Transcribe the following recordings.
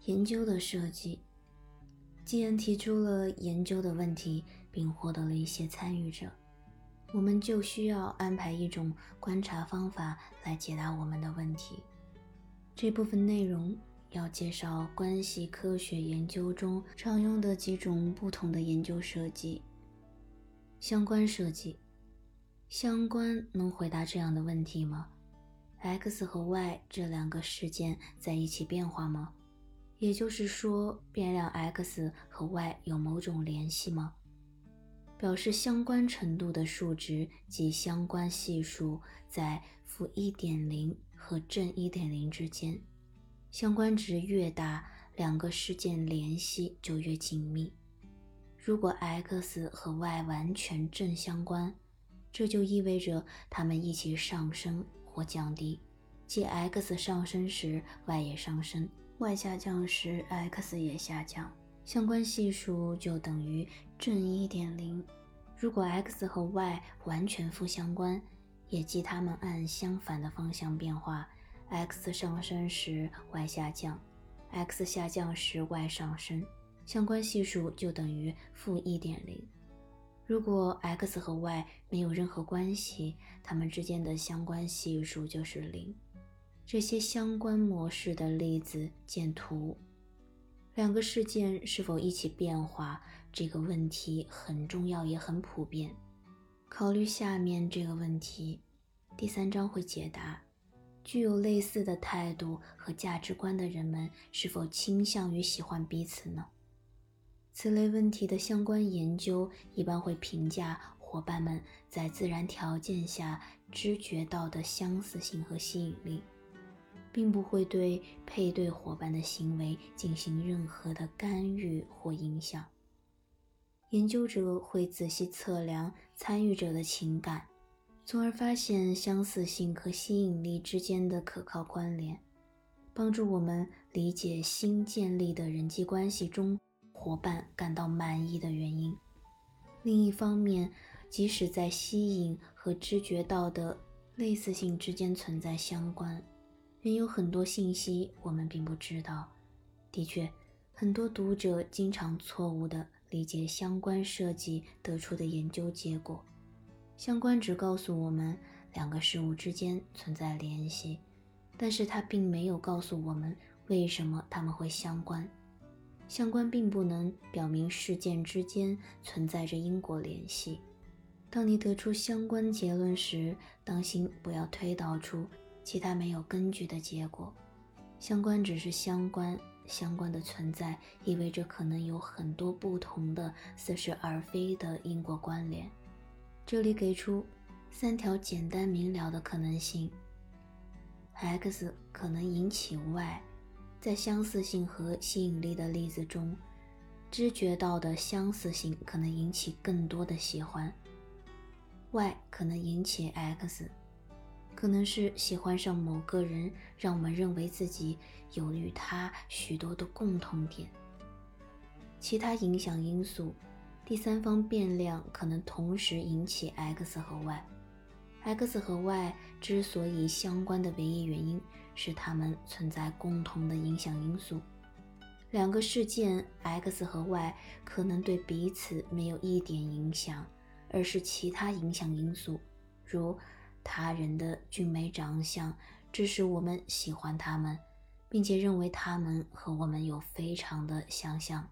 研究的设计。既然提出了研究的问题，并获得了一些参与者，我们就需要安排一种观察方法来解答我们的问题。这部分内容要介绍关系科学研究中常用的几种不同的研究设计。相关设计。相关能回答这样的问题吗？ X 和 Y 这两个事件在一起变化吗？也就是说，变量 X 和 Y 有某种联系吗？表示相关程度的数值及相关系数在负 1.0 和正 1.0 之间，相关值越大，两个事件联系就越紧密。如果 X 和 Y 完全正相关，这就意味着它们一起上升或降低，即 X 上升时 Y 也上升， Y 下降时 X 也下降，相关系数就等于正 1.0。 如果 X 和 Y 完全负相关，也即它们按相反的方向变化， X 上升时 Y 下降， X 下降时 Y 上升，相关系数就等于负 1.0。 如果 X 和 Y 没有任何关系，它们之间的相关系数就是0。这些相关模式的例子见图。两个事件是否一起变化，这个问题很重要也很普遍。考虑下面这个问题，第3章会解答：具有类似的态度和价值观的人们是否倾向于喜欢彼此呢？此类问题的相关研究一般会评价伙伴们在自然条件下知觉到的相似性和吸引力，并不会对配对伙伴的行为进行任何的干预或影响。研究者会仔细测量参与者的情感，从而发现相似性和吸引力之间的可靠关联，帮助我们理解新建立的人际关系中伙伴感到满意的原因。另一方面，即使在吸引和知觉到的类似性之间存在相关，仍有很多信息我们并不知道。的确，很多读者经常错误地理解相关设计得出的研究结果。相关只告诉我们两个事物之间存在联系，但是它并没有告诉我们为什么它们会相关。相关并不能表明事件之间存在着因果联系。当你得出相关结论时，当心不要推导出其他没有根据的结果。相关只是相关，相关的存在意味着可能有很多不同的似是而非的因果关联。这里给出3条简单明了的可能性。 X 可能引起 Y，在相似性和吸引力的例子中，知觉到的相似性可能引起更多的喜欢。Y 可能引起 X， 可能是喜欢上某个人让我们认为自己有与他许多的共同点。其他影响因素，第三方变量可能同时引起 X 和 Y。X 和 Y 之所以相关的唯一原因是它们存在共同的影响因素。两个事件 X 和 Y 可能对彼此没有一点影响，而是其他影响因素，如他人的俊美长相致使我们喜欢他们，并且认为他们和我们有非常的相像。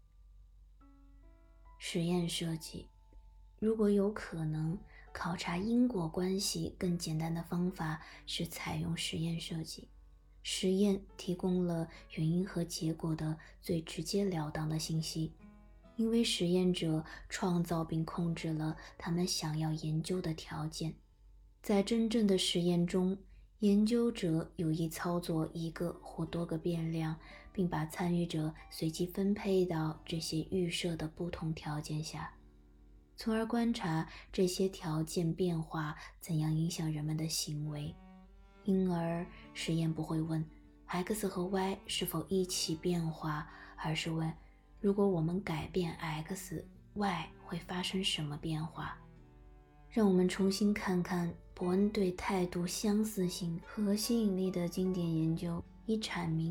实验设计。如果有可能，考察因果关系更简单的方法是采用实验设计。实验提供了原因和结果的最直截了当的信息，因为实验者创造并控制了他们想要研究的条件。在真正的实验中，研究者有意操作一个或多个变量，并把参与者随机分配到这些预设的不同条件下，从而观察这些条件变化怎样影响人们的行为。因而实验不会问 X 和 Y 是否一起变化，而是问如果我们改变 X， Y 会发生什么变化。让我们重新看看伯恩对态度相似性和吸引力的经典研究，以阐明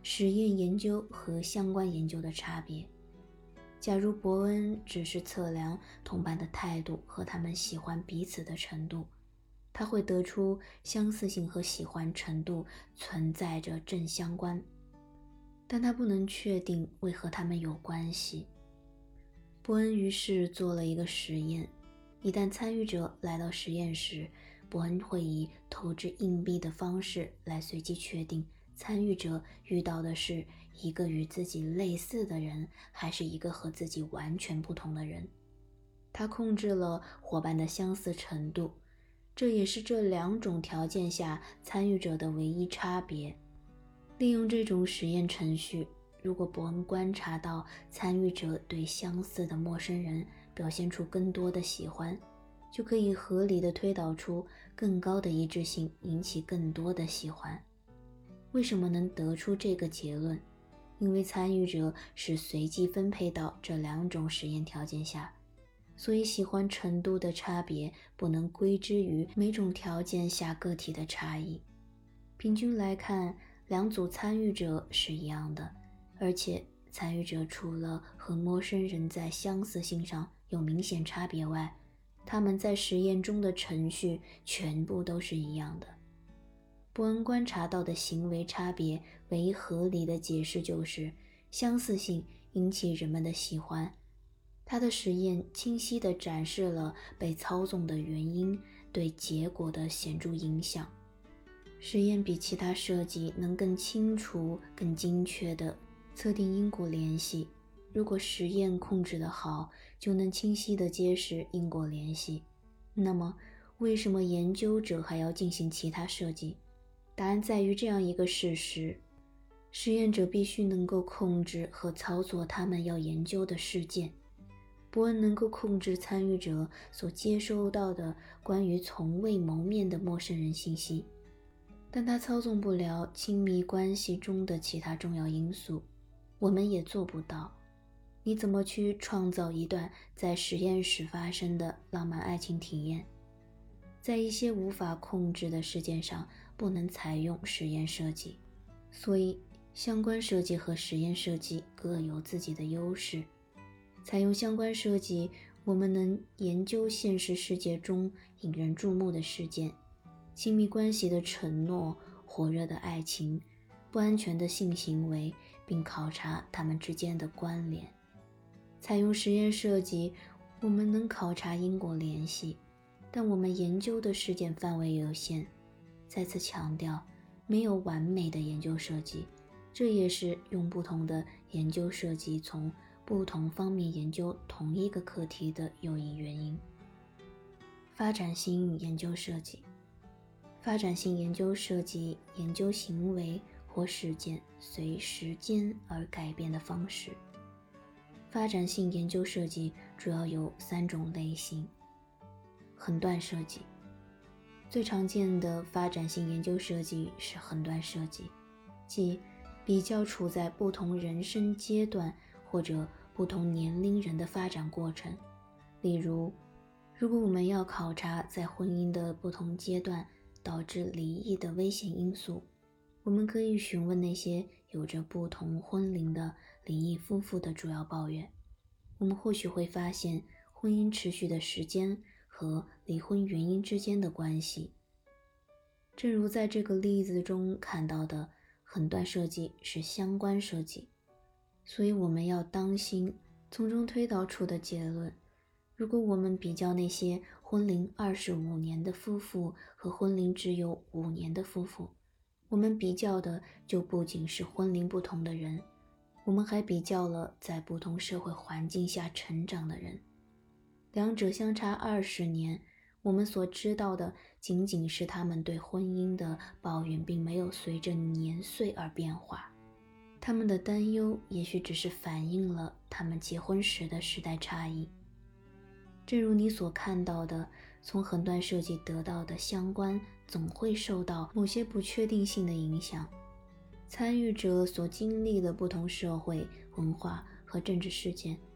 实验研究和相关研究的差别。假如伯恩只是测量同伴的态度和他们喜欢彼此的程度，他会得出相似性和喜欢程度存在着正相关，但他不能确定为何他们有关系。伯恩于是做了一个实验，一旦参与者来到实验时，伯恩会以投掷硬币的方式来随机确定参与者遇到的是一个与自己类似的人，还是一个和自己完全不同的人。他控制了伙伴的相似程度，这也是这两种条件下参与者的唯一差别。利用这种实验程序，如果伯恩观察到参与者对相似的陌生人表现出更多的喜欢，就可以合理地推导出更高的一致性引起更多的喜欢。为什么能得出这个结论？因为参与者是随机分配到这两种实验条件下，所以喜欢程度的差别不能归之于每种条件下个体的差异。平均来看，两组参与者是一样的，而且参与者除了和陌生人在相似性上有明显差别外，他们在实验中的程序全部都是一样的。伯恩观察到的行为差别唯一合理的解释就是相似性引起人们的喜欢。他的实验清晰地展示了被操纵的原因对结果的显著影响。实验比其他设计能更清楚、更精确地测定因果联系。如果实验控制得好，就能清晰地揭示因果联系。那么，为什么研究者还要进行其他设计？答案在于这样一个事实：实验者必须能够控制和操作他们要研究的事件。伯恩能够控制参与者所接收到的关于从未谋面的陌生人信息，但他操纵不了亲密关系中的其他重要因素。我们也做不到。你怎么去创造一段在实验室发生的浪漫爱情体验？在一些无法控制的事件上，不能采用实验设计，所以相关设计和实验设计各有自己的优势。采用相关设计，我们能研究现实世界中引人注目的事件，亲密关系的承诺、火热的爱情、不安全的性行为，并考察它们之间的关联。采用实验设计，我们能考察因果联系，但我们研究的事件范围有限。再次强调，没有完美的研究设计，这也是用不同的研究设计从不同方面研究同一个课题的有益原因。发展性研究设计。发展性研究设计研究行为或事件随时间而改变的方式。发展性研究设计主要有3种类型。横断设计。最常见的发展性研究设计是横断设计，即比较处在不同人生阶段或者不同年龄人的发展过程。例如，如果我们要考察在婚姻的不同阶段导致离异的危险因素，我们可以询问那些有着不同婚龄的离异夫妇的主要抱怨。我们或许会发现婚姻持续的时间和离婚原因之间的关系。正如在这个例子中看到的，横断设计是相关设计，所以我们要当心从中推导出的结论。如果我们比较那些婚龄25年的夫妇和婚龄只有5年的夫妇，我们比较的就不仅是婚龄不同的人，我们还比较了在不同社会环境下成长的人。两者相差20年，我们所知道的仅仅是他们对婚姻的抱怨并没有随着年岁而变化，他们的担忧也许只是反映了他们结婚时的时代差异。正如你所看到的，从横断设计得到的相关总会受到某些不确定性的影响。参与者所经历的不同社会、文化和政治事件，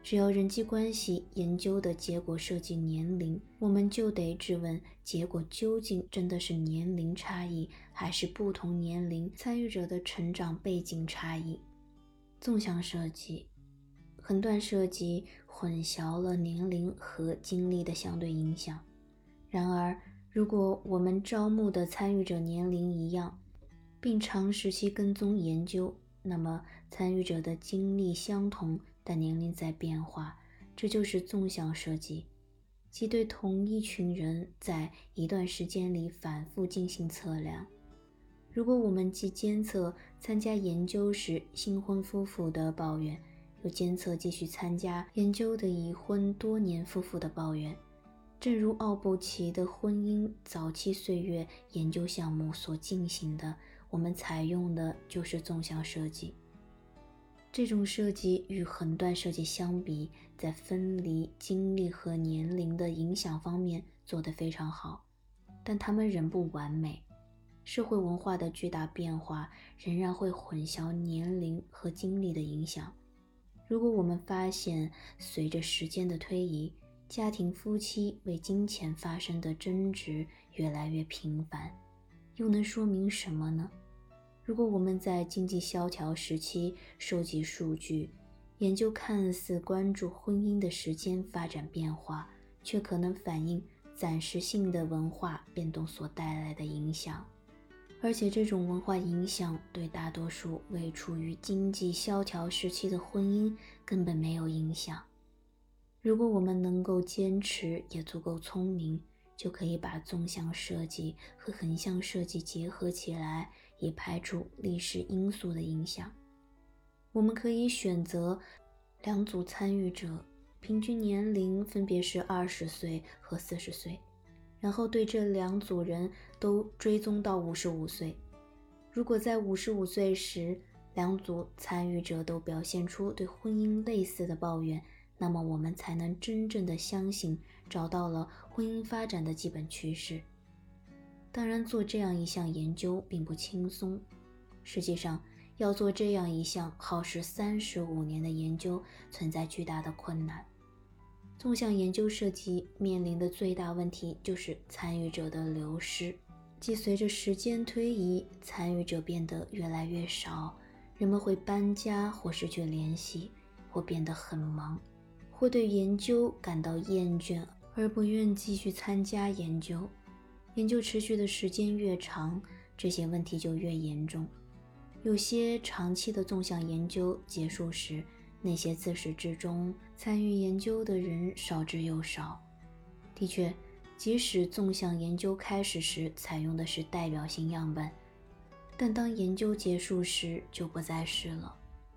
只要人际关系研究的结果涉及年龄，我们就得质问结果究竟真的是年龄差异，还是不同年龄参与者的成长背景差异。纵向设计、横断设计混淆了年龄和经历的相对影响。然而，如果我们招募的参与者年龄一样，并长时期跟踪研究，那么参与者的经历相同，但年龄在变化，这就是纵向设计，即对同一群人在一段时间里反复进行测量。如果我们既监测参加研究时新婚夫妇的抱怨，又监测继续参加研究的已婚多年夫妇的抱怨，正如奥布奇的婚姻早期岁月研究项目所进行的，我们采用的就是纵向设计。这种设计与横断设计相比，在分离经历和年龄的影响方面做得非常好，但它们仍不完美。社会文化的巨大变化仍然会混淆年龄和经历的影响。如果我们发现随着时间的推移，家庭夫妻为金钱发生的争执越来越频繁，又能说明什么呢？如果我们在经济萧条时期收集数据，研究看似关注婚姻的时间发展变化，却可能反映暂时性的文化变动所带来的影响。而且这种文化影响对大多数未处于经济萧条时期的婚姻根本没有影响。如果我们能够坚持也足够聪明，就可以把纵向设计和横向设计结合起来，以排除历史因素的影响。我们可以选择两组参与者，平均年龄分别是20岁和40岁，然后对这两组人都追踪到55岁。如果在55岁时，两组参与者都表现出对婚姻类似的抱怨，那么我们才能真正的相信找到了婚姻发展的基本趋势。当然，做这样一项研究并不轻松。实际上，要做这样一项耗时35年的研究，存在巨大的困难。纵向研究设计面临的最大问题就是参与者的流失，即随着时间推移，参与者变得越来越少，人们会搬家或失去联系，或变得很忙，或对研究感到厌倦而不愿继续参加研究。研究持续的时间越长，这些问题就越严重。有些长期的纵向研究结束时，那些自始至终参与研究的人少之又少。的确，即使纵向研究开始时采用的是代表性样本，但当研究结束时就不再是了。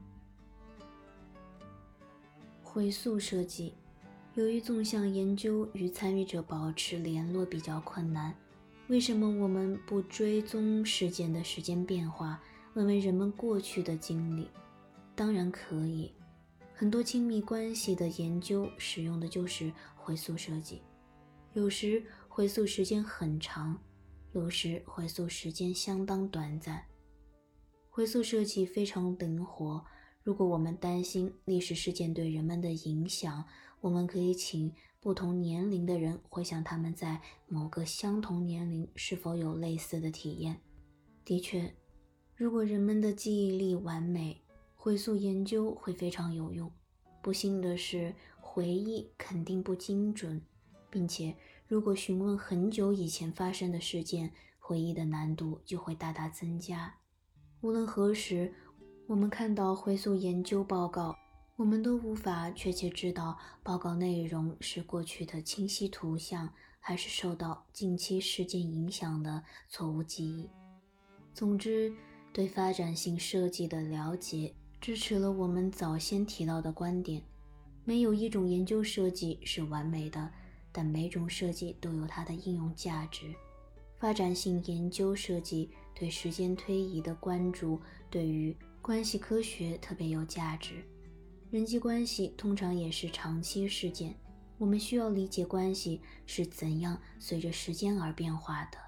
回溯设计，由于纵向研究与参与者保持联络比较困难，为什么我们不追踪事件的时间变化，问问人们过去的经历？当然可以。很多亲密关系的研究使用的就是回溯设计，有时回溯时间很长，有时回溯时间相当短暂。回溯设计非常灵活，如果我们担心历史事件对人们的影响，我们可以请不同年龄的人回想他们在某个相同年龄是否有类似的体验。的确，如果人们的记忆力完美，回溯研究会非常有用。不幸的是，回忆肯定不精准，并且如果询问很久以前发生的事件，回忆的难度就会大大增加。无论何时，我们看到回溯研究报告，我们都无法确切知道报告内容是过去的清晰图像，还是受到近期事件影响的错误记忆。总之，对发展性设计的了解支持了我们早先提到的观点。没有一种研究设计是完美的，但每种设计都有它的应用价值。发展性研究设计对时间推移的关注，对于关系科学特别有价值。人际关系通常也是长期事件，我们需要理解关系是怎样随着时间而变化的。